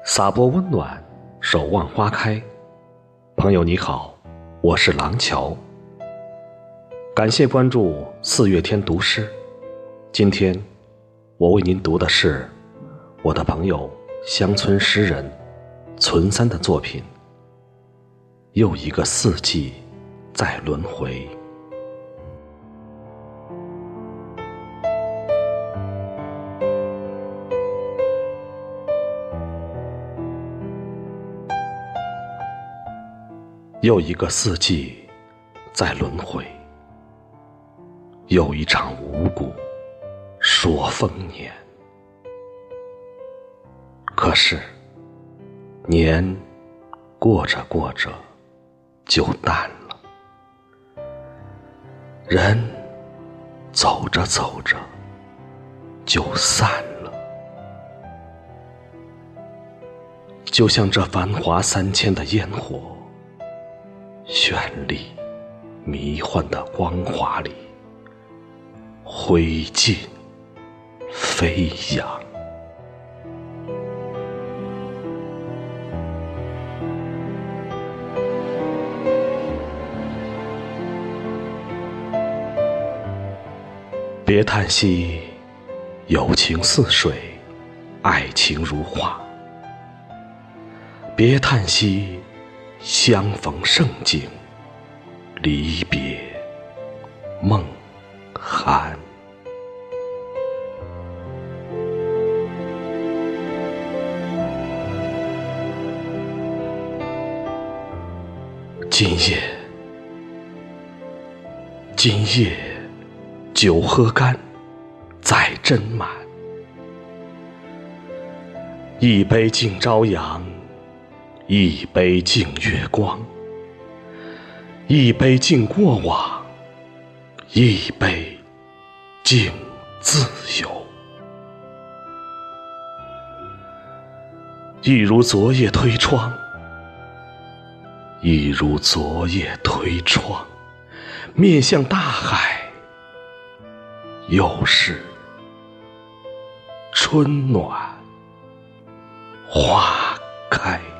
洒播温暖，守望花开。朋友你好，我是廊桥。感谢关注四月天读诗。今天我为您读的是我的朋友乡村诗人存三的作品。又一个四季在轮回。又一个四季在轮回，又一场五谷说丰年。可是年过着过着就淡了，人走着走着就散了。就像这繁华3000的烟火，绚丽迷幻的光华里，灰烬飞扬。别叹息友情似水，爱情如画。别叹息相逢盛景，离别梦寒。今夜酒喝干，再斟满。一杯敬朝阳，一杯敬月光，一杯敬过往，一杯敬自由。一如昨夜推窗，一如昨夜推窗，面向大海，又是春暖花开。